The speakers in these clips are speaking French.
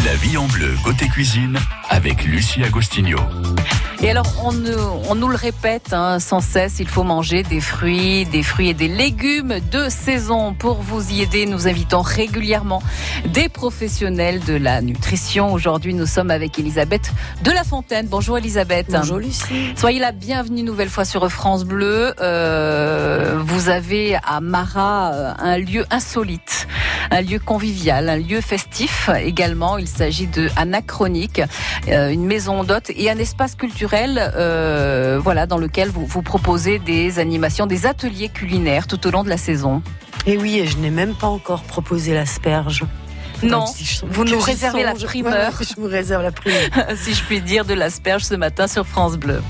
La vie en bleu côté cuisine avec Lucie Agostinho. Et alors, on nous le répète sans cesse, il faut manger des fruits et des légumes de saison. Pour vous y aider, nous invitons régulièrement des professionnels de la nutrition. Aujourd'hui, nous sommes avec Elisabeth de La Fontaine. Bonjour Elisabeth. Bonjour Lucie. Soyez la bienvenue une nouvelle fois sur France Bleu. Vous avez à Marat un lieu insolite, un lieu convivial, un lieu festif également. Il s'agit de Anachronique, une maison d'hôtes et un espace culturel dans lequel vous proposez des animations, des ateliers culinaires tout au long de la saison. Et oui, et je n'ai même pas encore proposé l'asperge. Non, vous nous réservez la primeur. Je vous réserve la primeur. Si je puis dire, de l'asperge ce matin sur France Bleu.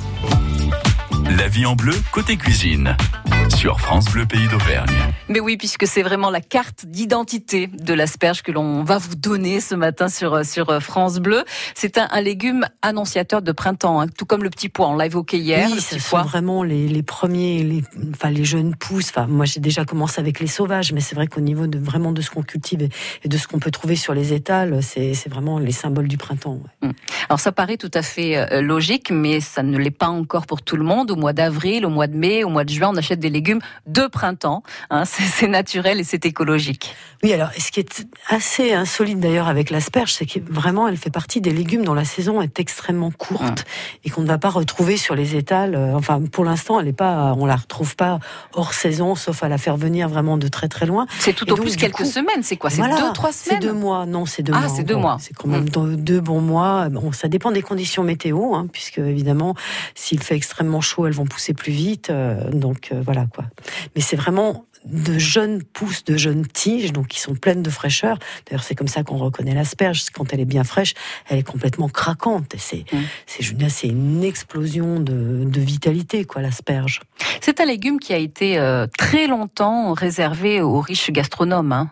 La vie en bleu côté cuisine sur France Bleu Pays d'Auvergne. Mais oui, puisque c'est vraiment la carte d'identité de l'asperge que l'on va vous donner ce matin sur France Bleu. C'est un légume annonciateur de printemps, tout comme le petit pois, on l'a évoqué hier. Oui, ce sont vraiment les premiers, les jeunes pousses. Moi, j'ai déjà commencé avec les sauvages, mais c'est vrai qu'au niveau de ce qu'on cultive et de ce qu'on peut trouver sur les étals, c'est vraiment les symboles du printemps. Ouais. Alors ça paraît tout à fait logique, mais ça ne l'est pas encore pour tout le monde. Au mois d'avril, au mois de mai, au mois de juin, on achète des légumes de printemps. C'est naturel et c'est écologique. Oui, alors ce qui est assez insolite d'ailleurs avec l'asperge, c'est que vraiment elle fait partie des légumes dont la saison est extrêmement courte et qu'on ne va pas retrouver sur les étals. Enfin, pour l'instant, on la retrouve pas hors saison, sauf à la faire venir vraiment de très très loin. C'est tout au plus quelques semaines. C'est quoi? C'est 2-3 semaines? C'est 2 mois. Non, c'est 2 mois. Ah, c'est 2 mois. C'est quand même 2 bons mois. Bon, ça dépend des conditions météo, puisque évidemment, s'il fait extrêmement chaud, elles vont pousser plus vite. Donc voilà quoi. Mais c'est vraiment de jeunes pousses, de jeunes tiges, donc qui sont pleines de fraîcheur. D'ailleurs, c'est comme ça qu'on reconnaît l'asperge. Quand elle est bien fraîche, elle est complètement craquante. C'est une explosion de vitalité, quoi, l'asperge. C'est un légume qui a été très longtemps réservé aux riches gastronomes.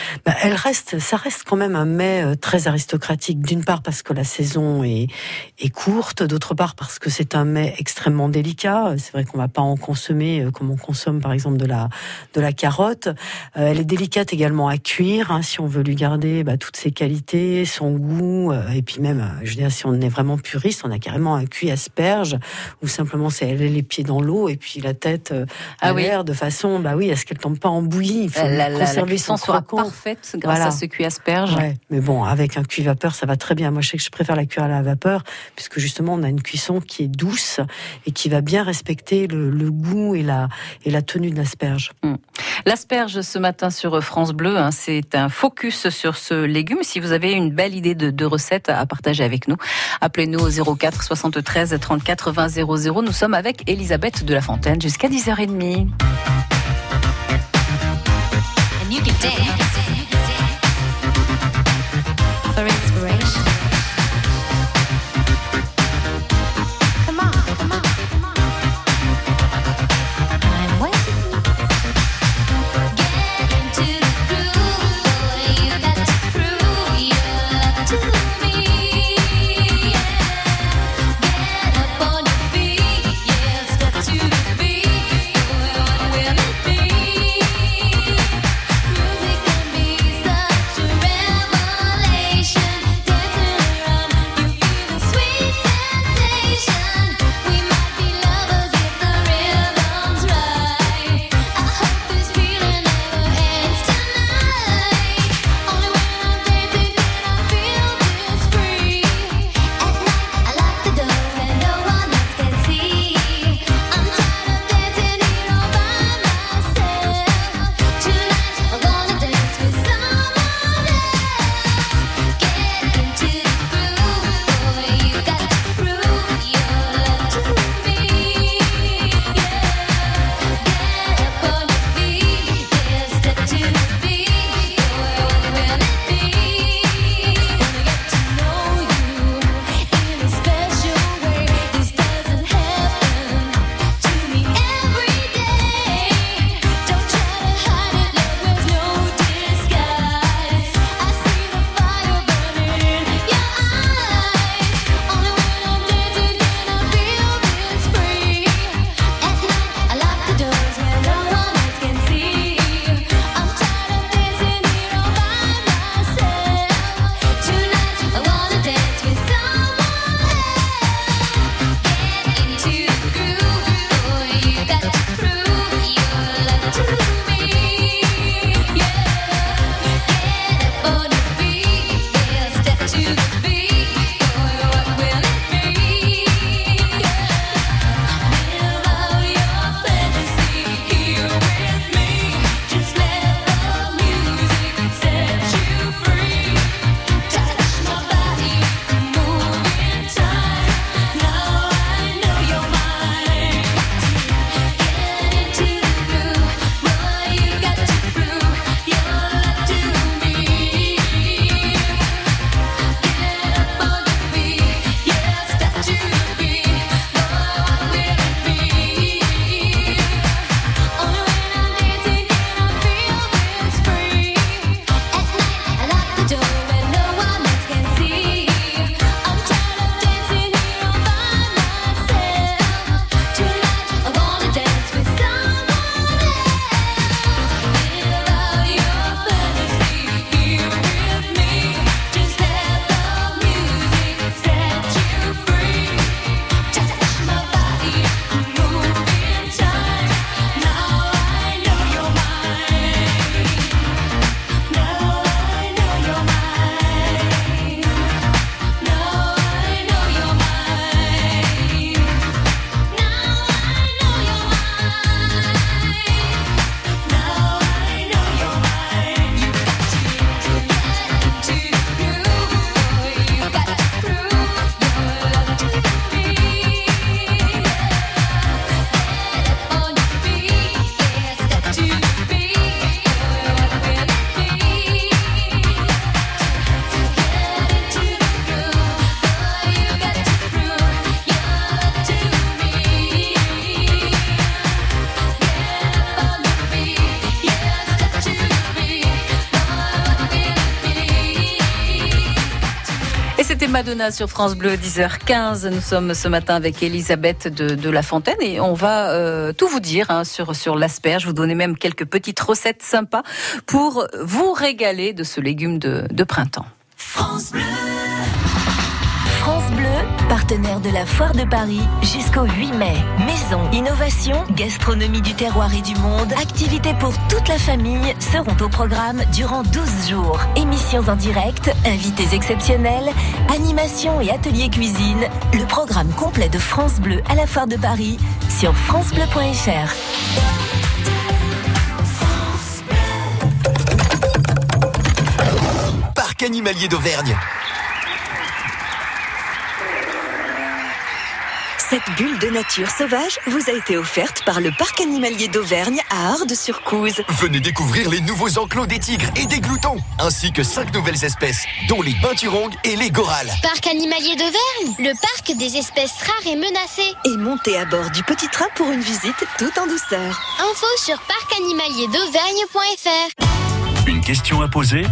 Ça reste quand même un mets très aristocratique. D'une part parce que la saison est courte, d'autre part parce que c'est un mets extrêmement délicat. C'est vrai qu'on va pas en consommer comme on consomme par exemple de la carotte. Elle est délicate également à cuire, si on veut lui garder toutes ses qualités, son goût, et puis même, je veux dire, si on est vraiment puriste, on a carrément un cuit asperge, ou simplement c'est les pieds dans l'eau et puis la tête à l'air, de façon, à ce qu'elle tombe pas en bouillie. Il faut conserver son sera croquant. Parfaite grâce à ce cuit asperge. Ouais, mais bon, avec un cuit vapeur, ça va très bien. Moi, je sais que je préfère la cuire à la vapeur, puisque justement, on a une cuisson qui est douce et qui va bien respecter le goût et la tenue de l'asperge. L'asperge ce matin sur France Bleu, c'est un focus sur ce légume. Si vous avez une belle idée de recette à partager avec nous, appelez-nous au 04 73 34 20 00. Nous sommes avec Elisabeth de La Fontaine jusqu'à 10h30. And you can dance for inspiration. Come on, come on, come on. I'm waiting. Get into the groove, boy. You got to prove your love to me. Get up on your feet, step to the beat. Boy, what will it be? Music can be such a revelation. C'était Madonna sur France Bleu, 10h15. Nous sommes ce matin avec Elisabeth de La Fontaine et on va tout vous dire sur l'asperge, vous donner même quelques petites recettes sympas pour vous régaler de ce légume de printemps. France Bleu, partenaire de la Foire de Paris jusqu'au 8 mai. Maison, innovation, gastronomie du terroir et du monde, activités pour toute la famille seront au programme durant 12 jours. Émissions en direct, invités exceptionnels, animations et ateliers cuisine. Le programme complet de France Bleu à la Foire de Paris sur francebleu.fr. Parc animalier d'Auvergne. Cette bulle de nature sauvage vous a été offerte par le Parc animalier d'Auvergne à Ardres-sur-Couze. Venez découvrir les nouveaux enclos des tigres et des gloutons, ainsi que 5 nouvelles espèces, dont les binturongues et les gorales. Parc animalier d'Auvergne, le parc des espèces rares et menacées. Et montez à bord du petit train pour une visite tout en douceur. Info sur parcanimalierdauvergne.fr. Une question à poser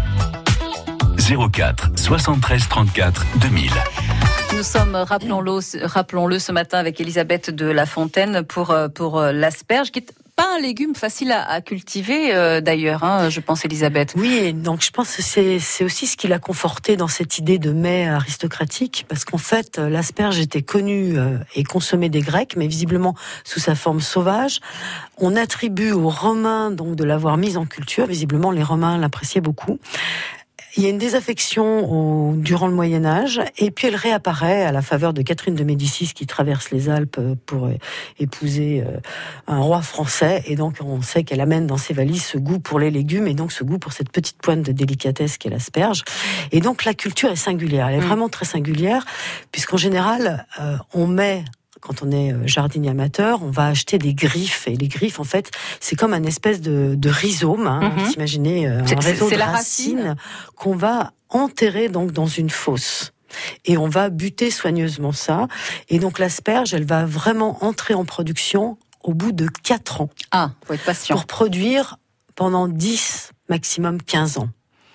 04 73 34 2000. Nous sommes, rappelons-le ce matin avec Elisabeth de La Fontaine pour l'asperge, qui est pas un légume facile à cultiver d'ailleurs, je pense, Elisabeth. Oui, et donc je pense que c'est aussi ce qui l'a conforté dans cette idée de mets aristocratique, parce qu'en fait, l'asperge était connue et consommée des Grecs, mais visiblement sous sa forme sauvage. On attribue aux Romains donc de l'avoir mise en culture. Visiblement, les Romains l'appréciaient beaucoup. Il y a une désaffection durant le Moyen-Âge, et puis elle réapparaît à la faveur de Catherine de Médicis qui traverse les Alpes pour épouser un roi français, et donc on sait qu'elle amène dans ses valises ce goût pour les légumes, et donc ce goût pour cette petite pointe de délicatesse qu'est l'asperge. Et donc la culture est singulière, elle est vraiment très singulière, puisqu'en général, on met... Quand on est jardinier amateur, on va acheter des griffes. Et les griffes, en fait, c'est comme un espèce de rhizome. Vous imaginez un réseau de racines qu'on va enterrer donc dans une fosse. Et on va buter soigneusement ça. Et donc l'asperge, elle va vraiment entrer en production au bout de 4 ans. Ah, faut être patient. Pour produire pendant 10, maximum 15 ans.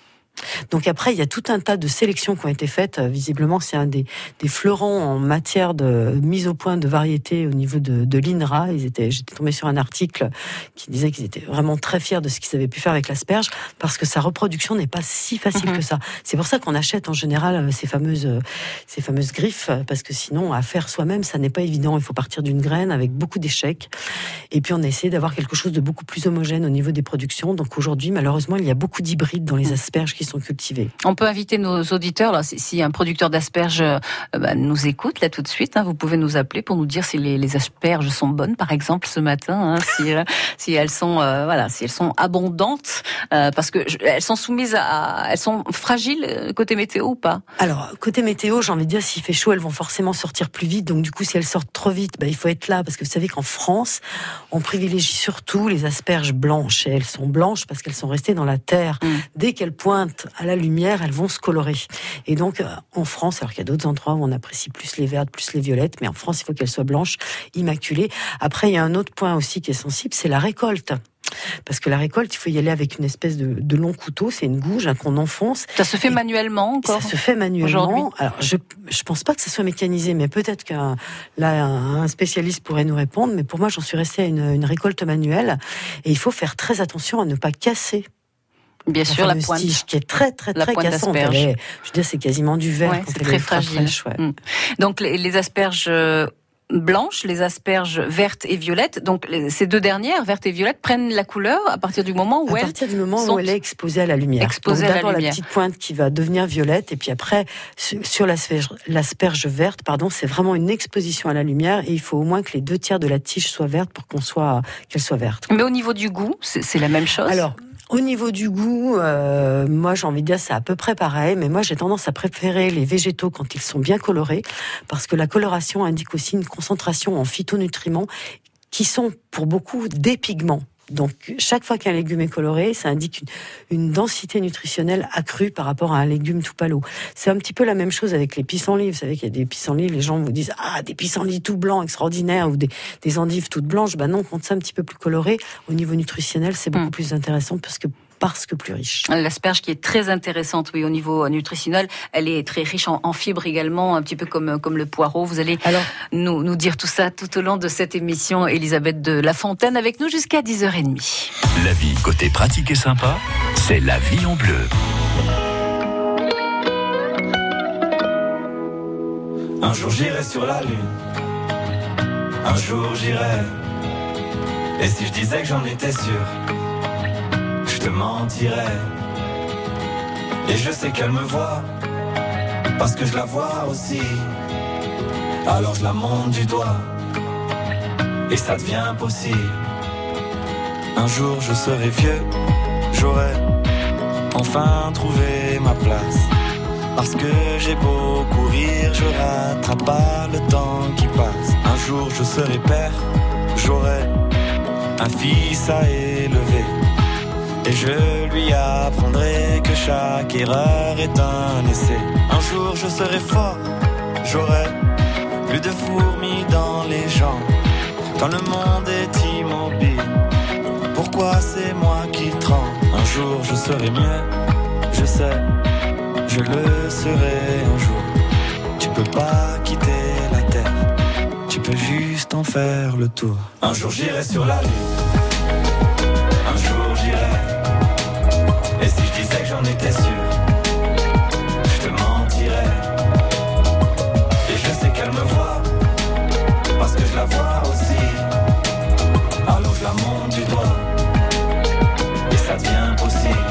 Donc après, il y a tout un tas de sélections qui ont été faites. Visiblement, c'est un des fleurons en matière de mise au point de variétés au niveau de l'INRA. J'étais tombée sur un article qui disait qu'ils étaient vraiment très fiers de ce qu'ils avaient pu faire avec l'asperge, parce que sa reproduction n'est pas si facile que ça. C'est pour ça qu'on achète en général ces fameuses griffes, parce que sinon, à faire soi-même, ça n'est pas évident. Il faut partir d'une graine avec beaucoup d'échecs. Et puis on essaie d'avoir quelque chose de beaucoup plus homogène au niveau des productions. Donc aujourd'hui, malheureusement, il y a beaucoup d'hybrides dans les asperges qui sont cultivés. On peut inviter nos auditeurs, là, si un producteur d'asperges nous écoute là tout de suite, vous pouvez nous appeler pour nous dire si les asperges sont bonnes, par exemple ce matin, si elles sont si elles sont abondantes, parce que elles sont soumises elles sont fragiles côté météo ou pas? Alors côté météo, j'ai envie de dire, s'il fait chaud, elles vont forcément sortir plus vite. Donc du coup, si elles sortent trop vite, il faut être là, parce que vous savez qu'en France, on privilégie surtout les asperges blanches, et elles sont blanches parce qu'elles sont restées dans la terre. Dès qu'elles pointent à la lumière, elles vont se colorer. Et donc, en France, alors qu'il y a d'autres endroits où on apprécie plus les vertes, plus les violettes, mais en France, il faut qu'elles soient blanches, immaculées. Après, il y a un autre point aussi qui est sensible, c'est la récolte. Parce que la récolte, il faut y aller avec une espèce de long couteau, c'est une gouge qu'on enfonce. Ça se fait manuellement encore? Ça se fait manuellement. Alors, je pense pas que ça soit mécanisé, mais peut-être qu'un spécialiste pourrait nous répondre. Mais pour moi, j'en suis restée à une récolte manuelle. Et il faut faire très attention à ne pas casser. Bien sûr, la pointe tige qui est très cassante. Je veux dire, c'est quasiment du verre. C'est très fragile. Donc les asperges blanches, les asperges vertes et violettes. Donc ces deux dernières, vertes et violettes, prennent la couleur à partir du moment où elle est exposée à la lumière. Donc d'abord la petite pointe qui va devenir violette, et puis après sur l'asperge verte, c'est vraiment une exposition à la lumière, et il faut au moins que les 2 tiers de la tige soient vertes pour qu'elle soit verte. Mais au niveau du goût, c'est la même chose? Alors, au niveau du goût, moi j'ai envie de dire c'est à peu près pareil, mais moi j'ai tendance à préférer les végétaux quand ils sont bien colorés, parce que la coloration indique aussi une concentration en phytonutriments qui sont pour beaucoup des pigments. Donc, chaque fois qu'un légume est coloré, ça indique une densité nutritionnelle accrue par rapport à un légume tout pâle. C'est un petit peu la même chose avec les pissenlits. Vous savez qu'il y a des pissenlits, les gens vous disent « Ah, des pissenlits tout blancs, extraordinaires » ou des endives toutes blanches. Non, quand c'est un petit peu plus coloré, au niveau nutritionnel, c'est beaucoup plus intéressant, parce que parce que plus riche. L'asperge qui est très intéressante, oui, au niveau nutritionnel. Elle est très riche en fibres également, un petit peu comme le poireau. Vous allez nous dire tout ça tout au long de cette émission. Elisabeth de La Fontaine avec nous jusqu'à 10h30. La vie côté pratique et sympa, c'est la vie en bleu. Un jour j'irai sur la lune, un jour j'irai. Et si je disais que j'en étais sûr, je te mentirais. Et je sais qu'elle me voit, parce que je la vois aussi. Alors je la monte du doigt, et ça devient possible. Un jour je serai vieux, j'aurai enfin trouvé ma place. Parce que j'ai beau courir, je rattrape pas le temps qui passe. Un jour je serai père, j'aurai un fils à élever. Et je lui apprendrai que chaque erreur est un essai. Un jour je serai fort, j'aurai plus de fourmis dans les jambes. Quand le monde est immobile, pourquoi c'est moi qui tremble? Un jour je serai mieux, je sais, je le serai un jour. Tu peux pas quitter la terre, tu peux juste en faire le tour. Un jour j'irai sur la lune, un jour j'irai. Et si je disais que j'en étais sûr, je te mentirais. Et je sais qu'elle me voit, parce que je la vois aussi. Alors je la monte du doigt, et ça devient possible.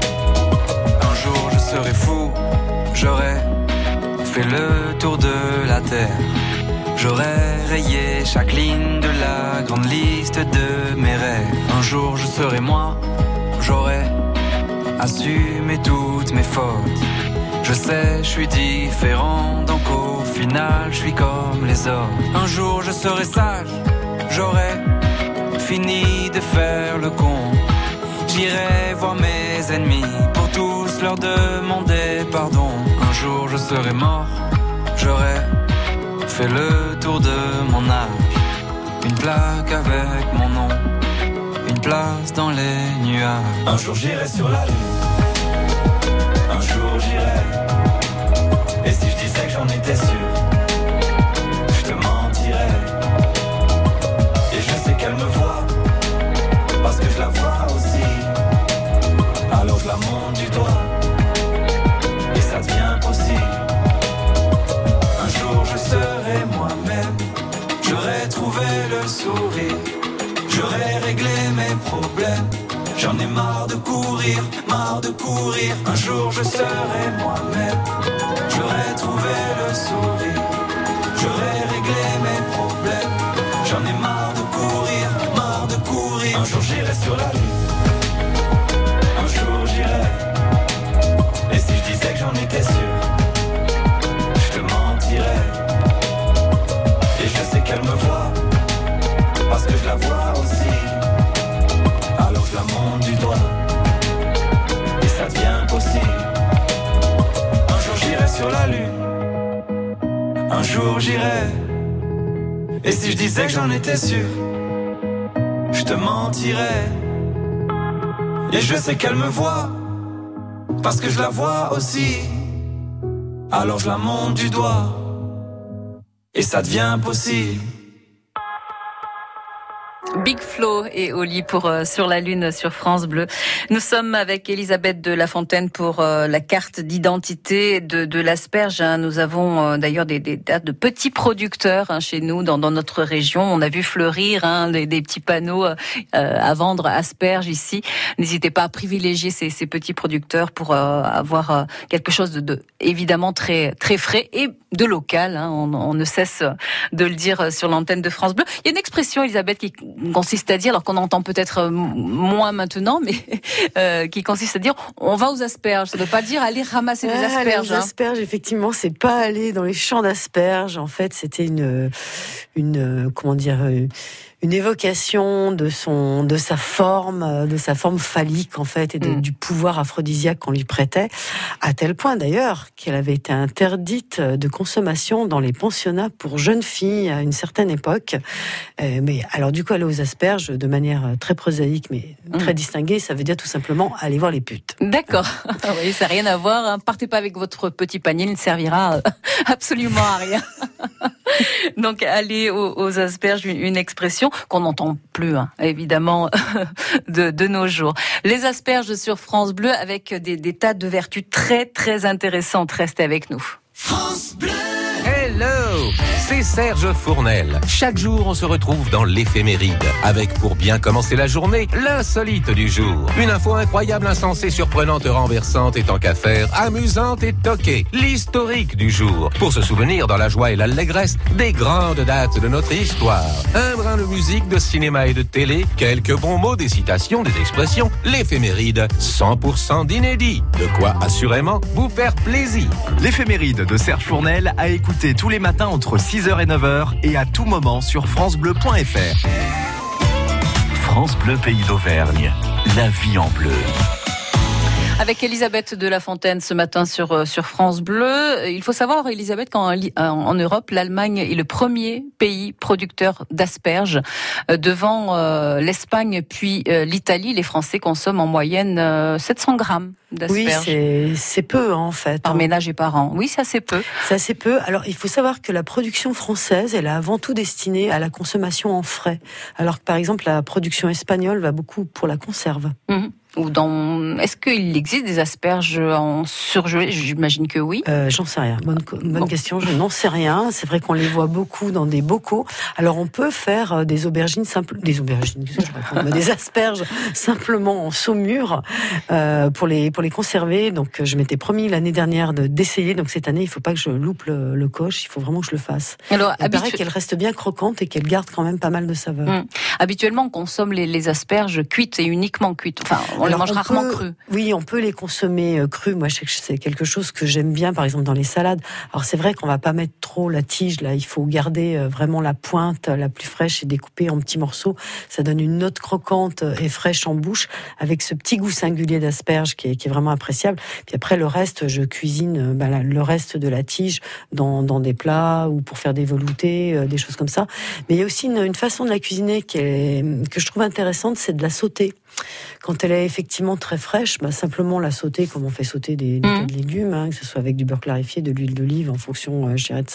Un jour je serai fou, j'aurai fait le tour de la terre. J'aurai rayé chaque ligne de la grande liste de mes rêves. Un jour je serai moi, j'aurai assumé toutes mes fautes. Je sais, je suis différent, donc au final je suis comme les autres. Un jour je serai sage, j'aurai fini de faire le con. J'irai voir mes ennemis pour tous leur demander pardon. Un jour je serai mort, j'aurai fait le tour de mon âge. Une plaque avec mon nom, une place dans les nuages. Un jour j'irai sur la lune, un jour j'irai. Et si je disais que j'en étais sûr, je te mentirais. Et je sais qu'elle me voit, parce que je la vois aussi. Alors je la monte du doigt, et ça devient possible. Un jour je serai moi-même, j'aurai trouvé le sourire, j'aurai réglé mes problèmes. J'en ai marre de courir, marre de courir. Un jour je serai moi-même, j'aurai trouvé le sourire, j'aurai réglé mes problèmes. J'en ai marre de courir, marre de courir. Un jour j'irai sur la lune, un jour j'irai. Et si je disais que j'en étais sûr, je te mentirais. Et je sais qu'elle me voit, parce que je la vois aussi. Alors je la monte du doigt, et ça devient possible. Un jour j'irai sur la lune, un jour j'irai. Et si je disais que j'en étais sûr, je te mentirais. Et je sais qu'elle me voit, parce que je la vois aussi. Alors je la monte du doigt, et ça devient possible. Big Flo et Oli pour Sur la Lune sur France Bleu. Nous sommes avec Elisabeth de La Fontaine pour la carte d'identité de l'asperge. Nous avons d'ailleurs des tas de petits producteurs chez nous dans notre région. On a vu fleurir des petits panneaux à vendre asperges ici. N'hésitez pas à privilégier ces petits producteurs pour avoir quelque chose de évidemment très très frais et de local. On ne cesse de le dire sur l'antenne de France Bleu. Il y a une expression, Elisabeth, qui consiste à dire, alors qu'on entend peut-être moins maintenant, mais qui consiste à dire on va aux asperges. Ça ne veut pas dire aller ramasser des asperges. Les asperges, effectivement, c'est pas aller dans les champs d'asperges. En fait, c'était une évocation de sa forme phallique en fait, et du pouvoir aphrodisiaque qu'on lui prêtait, à tel point d'ailleurs qu'elle avait été interdite de consommation dans les pensionnats pour jeunes filles à une certaine époque. Mais alors du coup, aller aux asperges de manière très prosaïque mais très distinguée, ça veut dire tout simplement aller voir les putes. D'accord. Oui, ça n'a rien à voir. Hein. Partez pas avec votre petit panier, il ne servira absolument à rien. Donc, aller aux asperges, une expression qu'on n'entend plus, hein, évidemment, de nos jours. Les asperges sur France Bleu avec des tas de vertus très, très intéressantes. Restez avec nous. France Bleu. Hello, c'est Serge Fournel. Chaque jour, on se retrouve dans l'éphéméride, avec pour bien commencer la journée, l'insolite du jour. Une info incroyable, insensée, surprenante, renversante et tant qu'à faire, amusante et toquée. L'historique du jour, pour se souvenir dans la joie et l'allégresse des grandes dates de notre histoire. Un brin de musique, de cinéma et de télé, quelques bons mots, des citations, des expressions. L'éphéméride, 100% d'inédit. De quoi, assurément, vous faire plaisir. L'éphéméride de Serge Fournel à écouter tous les matins entre 6h et 9h et à tout moment sur francebleu.fr. France Bleu Pays d'Auvergne, la vie en bleu. Avec Elisabeth de La Fontaine ce matin sur France Bleu. Il faut savoir, Elisabeth, qu'en Europe, l'Allemagne est le premier pays producteur d'asperges. Devant l'Espagne puis l'Italie, les Français consomment en moyenne 700 grammes d'asperges. Oui, c'est peu en fait. Par ménage et par an. Oui, ça c'est peu. Ça c'est peu. Alors il faut savoir que la production française, elle est avant tout destinée à la consommation en frais. Alors que par exemple la production espagnole va beaucoup pour la conserve. Est-ce qu'il existe des asperges en surgelé? J'imagine que oui. J'en sais rien. Bonne question. Je n'en sais rien. C'est vrai qu'on les voit beaucoup dans des bocaux. Alors on peut faire des aubergines simples, des asperges simplement en saumure pour les conserver. Donc je m'étais promis l'année dernière d'essayer. Donc cette année, il ne faut pas que je loupe le coche. Il faut vraiment que je le fasse. Alors, il paraît qu'elles restent bien croquantes et qu'elles gardent quand même pas mal de saveur. Habituellement, on consomme les asperges cuites et uniquement cuites. Enfin, on les mange rarement crues. Oui, on peut les consommer crues. Moi, je sais que c'est quelque chose que j'aime bien, par exemple, dans les salades. Alors, c'est vrai qu'on va pas mettre trop la tige, là. Il faut garder vraiment la pointe la plus fraîche et découper en petits morceaux. Ça donne une note croquante et fraîche en bouche, avec ce petit goût singulier d'asperges qui est vraiment appréciable. Puis après, le reste, je cuisine le reste de la tige dans des plats ou pour faire des veloutés, des choses comme ça. Mais il y a aussi une façon de la cuisiner que je trouve intéressante, c'est de la sauter. Quand elle est effectivement très fraîche, simplement la sauter comme on fait sauter des tas de légumes, que ce soit avec du beurre clarifié, de l'huile d'olive en fonction, je dirais,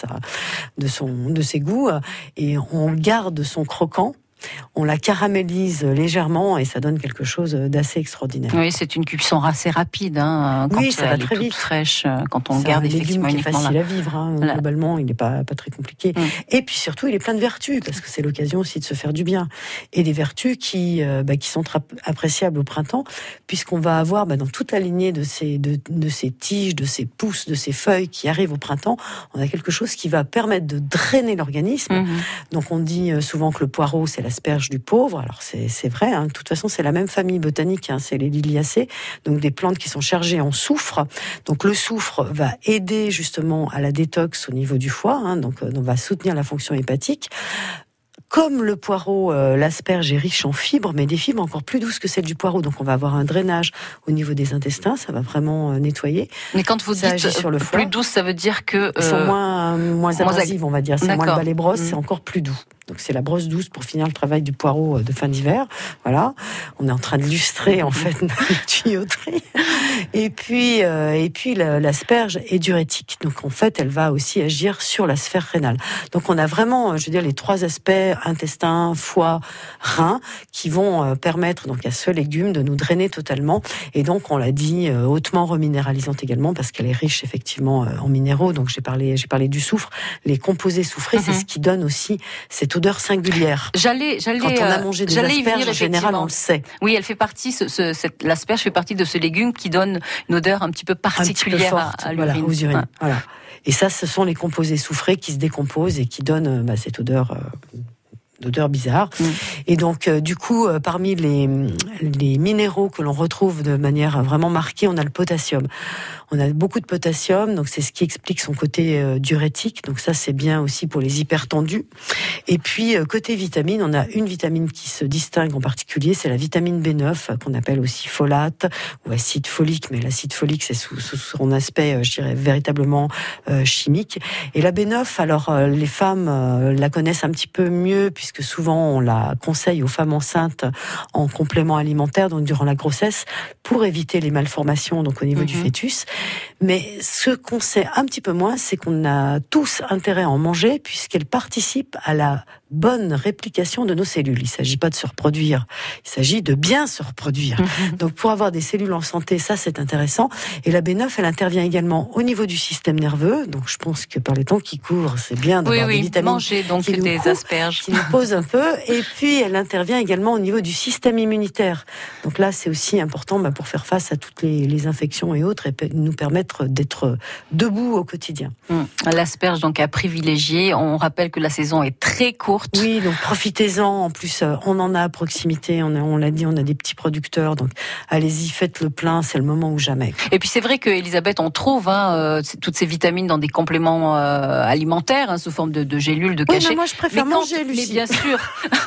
de ses goûts, et on garde son croquant. On la caramélise légèrement et ça donne quelque chose d'assez extraordinaire. Oui, c'est une cuisson assez rapide. Quand oui, ça va très vite. Fraîche, quand on le garde effectivement uniquement là. C'est facile à vivre. Globalement, il n'est pas très compliqué. Et puis surtout, il est plein de vertus parce que c'est l'occasion aussi de se faire du bien. Et des vertus qui sont appréciables au printemps, puisqu'on va avoir dans toute la lignée de ces tiges, de ces pousses, de ces feuilles qui arrivent au printemps, on a quelque chose qui va permettre de drainer l'organisme. Donc on dit souvent que le poireau, c'est l'asperge du pauvre. Alors c'est vrai, de toute façon c'est la même famille botanique, c'est les liliacées, donc des plantes qui sont chargées en soufre. Donc le soufre va aider justement à la détox au niveau du foie, donc on va soutenir la fonction hépatique. Comme le poireau, l'asperge est riche en fibres, mais des fibres encore plus douces que celles du poireau. Donc on va avoir un drainage au niveau des intestins, ça va vraiment nettoyer. Mais quand vous dites sur le foie, plus douces, ça veut dire que elles sont moins abrasives, on va dire. C'est moins le balai brosse, c'est encore plus doux. Donc c'est la brosse douce pour finir le travail du poireau de fin d'hiver. Voilà, on est en train de lustrer en fait notre tuyauterie. Et puis l'asperge est diurétique. Donc en fait, elle va aussi agir sur la sphère rénale. Donc on a vraiment, je veux dire, les trois aspects intestin, foie, rein qui vont permettre donc à ce légume de nous drainer totalement. Et donc on l'a dit, hautement reminéralisante également parce qu'elle est riche effectivement en minéraux. Donc j'ai parlé du soufre, les composés soufrés, c'est ce qui donne aussi cette odeur singulière. Quand on a mangé des asperges, en général, on le sait. Oui, elle fait partie. L'asperge fait partie de ce légume qui donne une odeur un petit peu particulière à l'urine. Aux urines. Voilà. Et ça, ce sont les composés soufrés qui se décomposent et qui donnent cette odeur d'odeur bizarre. Et donc, du coup, parmi les minéraux que l'on retrouve de manière vraiment marquée, on a le potassium. On a beaucoup de potassium, donc c'est ce qui explique son côté diurétique. Donc ça, c'est bien aussi pour les hypertendus. Et puis, côté vitamine, on a une vitamine qui se distingue en particulier, c'est la vitamine B9, qu'on appelle aussi folate ou acide folique. Mais l'acide folique, c'est sous son aspect, je dirais, véritablement chimique. Et la B9, alors, les femmes la connaissent un petit peu mieux, puisque souvent, on la conseille aux femmes enceintes en complément alimentaire, donc durant la grossesse, pour éviter les malformations donc au niveau du fœtus. Mais ce qu'on sait un petit peu moins, c'est qu'on a tous intérêt à en manger, puisqu'elle participe à la bonne réplication de nos cellules. Il ne s'agit pas de se reproduire, il s'agit de bien se reproduire. Donc pour avoir des cellules en santé, ça c'est intéressant. Et la B9, elle intervient également au niveau du système nerveux. Donc je pense que par les temps qui courent, c'est bien d'avoir des vitamines manger donc qui des nous asperges, qui nous posent un peu. Et puis elle intervient également au niveau du système immunitaire. Donc là, c'est aussi important pour faire face à toutes les infections et autres, et nous permettre d'être debout au quotidien. L'asperge donc à privilégier. On rappelle que la saison est très courte. Oui, donc profitez-en. En plus, on en a à proximité. On l'a dit, on a des petits producteurs. Donc allez-y, faites le plein. C'est le moment ou jamais. Et puis c'est vrai que Elisabeth, on trouve toutes ces vitamines dans des compléments alimentaires, sous forme de gélules, de cachets. Mais moi, je préfère manger, Lucie. Mais bien sûr.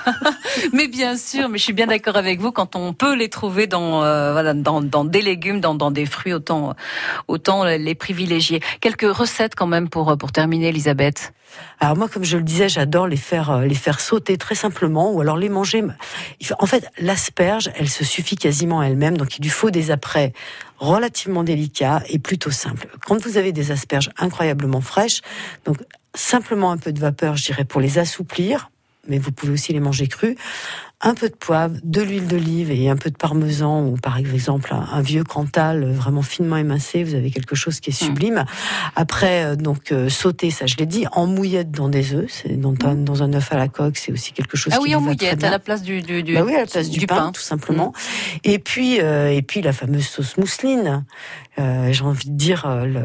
Mais je suis bien d'accord avec vous, quand on peut les trouver dans des légumes, dans des fruits, autant les privilégier. Quelques recettes quand même pour terminer, Elisabeth. Alors moi, comme je le disais, j'adore les faire sauter très simplement, ou alors les manger. En fait, l'asperge, elle se suffit quasiment à elle-même, donc il lui faut des apprêts relativement délicats et plutôt simples. Quand vous avez des asperges incroyablement fraîches, donc simplement un peu de vapeur, je dirais, pour les assouplir, mais vous pouvez aussi les manger crus. Un peu de poivre, de l'huile d'olive et un peu de parmesan, ou par exemple un vieux Cantal vraiment finement émincé, vous avez quelque chose qui est sublime. Après, sauter, ça je l'ai dit, en mouillette dans des œufs, c'est dans un œuf à la coque, c'est aussi quelque chose qui en vous va très mouillette, bien. à la place du à la place du pain, tout simplement. Et puis la fameuse sauce mousseline, j'ai envie de dire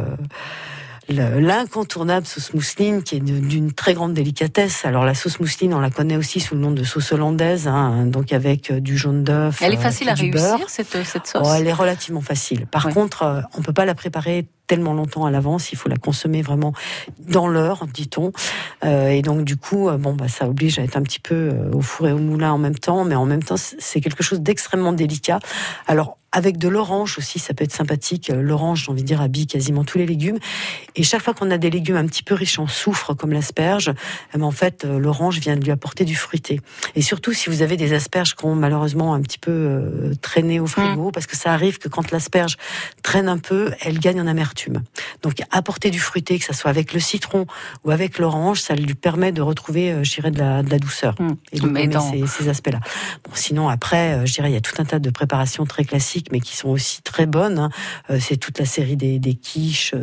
l'incontournable sauce mousseline, qui est d'une très grande délicatesse. Alors la sauce mousseline, on la connaît aussi sous le nom de sauce hollandaise, donc avec du jaune d'œuf. Elle est facile à réussir, beurre. cette sauce. Elle est relativement facile. Par contre, on peut pas la préparer tellement longtemps à l'avance, il faut la consommer vraiment dans l'heure, dit-on. Et donc du coup, ça oblige à être un petit peu au four et au moulin en même temps, mais en même temps, c'est quelque chose d'extrêmement délicat. Alors, avec de l'orange aussi, ça peut être sympathique. L'orange, j'ai envie de dire, habille quasiment tous les légumes. Et chaque fois qu'on a des légumes un petit peu riches en soufre, comme l'asperge, en fait, l'orange vient de lui apporter du fruité. Et surtout, si vous avez des asperges qui ont malheureusement un petit peu traîné au frigo, parce que ça arrive que quand l'asperge traîne un peu, elle gagne en amertume. Donc, apporter du fruité, que ça soit avec le citron ou avec l'orange, ça lui permet de retrouver, je dirais, de la douceur. Et de gommer ces aspects-là. Bon, sinon, après, je dirais, il y a tout un tas de préparations très classiques, mais qui sont aussi très bonnes. C'est toute la série des quiches,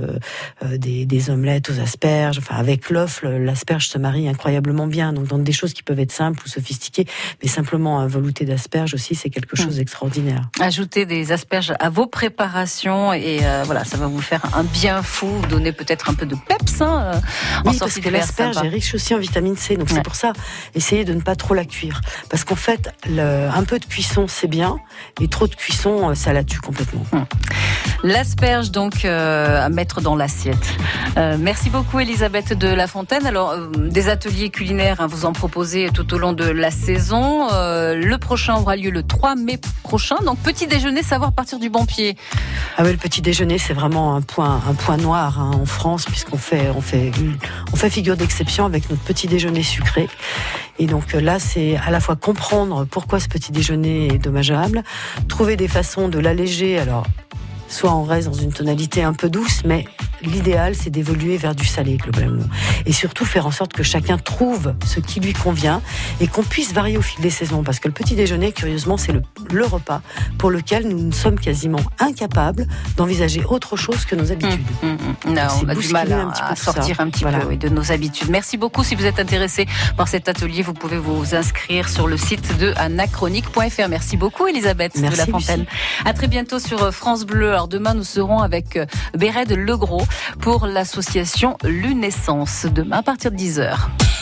des omelettes aux asperges. Enfin, avec l'œuf, l'asperge se marie incroyablement bien. Donc, dans des choses qui peuvent être simples ou sophistiquées, mais simplement un velouté d'asperges aussi, c'est quelque chose d'extraordinaire. Ajoutez des asperges à vos préparations et ça va vous faire un bien fou, vous donner peut-être un peu de peps. Oui, parce que l'asperge est riche aussi en vitamine C. Donc c'est pour ça, essayez de ne pas trop la cuire. Parce qu'en fait, un peu de cuisson, c'est bien, et trop de cuisson, ça la tue complètement. L'asperge, donc, à mettre dans l'assiette. Merci beaucoup, Elisabeth de La Fontaine. Alors, des ateliers culinaires, vous en proposez tout au long de la saison. Le prochain aura lieu le 3 mai prochain. Donc, petit déjeuner, savoir partir du bon pied. Ah oui, le petit déjeuner, c'est vraiment un point noir en France, puisqu'on fait figure d'exception avec notre petit déjeuner sucré. Et donc là, c'est à la fois comprendre pourquoi ce petit déjeuner est dommageable, trouver des façons de l'alléger. Alors, soit on reste dans une tonalité un peu douce, mais l'idéal, c'est d'évoluer vers du salé, globalement. Et surtout, faire en sorte que chacun trouve ce qui lui convient et qu'on puisse varier au fil des saisons. Parce que le petit déjeuner, curieusement, c'est le repas pour lequel nous sommes quasiment incapables d'envisager autre chose que nos habitudes. Non, on a du mal à sortir un petit peu de nos habitudes. Merci beaucoup. Si vous êtes intéressé par cet atelier, vous pouvez vous inscrire sur le site de anachronique.fr. Merci beaucoup, Elisabeth de La Fontaine. À très bientôt sur France Bleu. Alors demain, nous serons avec Béred Legros pour l'association Lunescence. Demain à partir de 10h.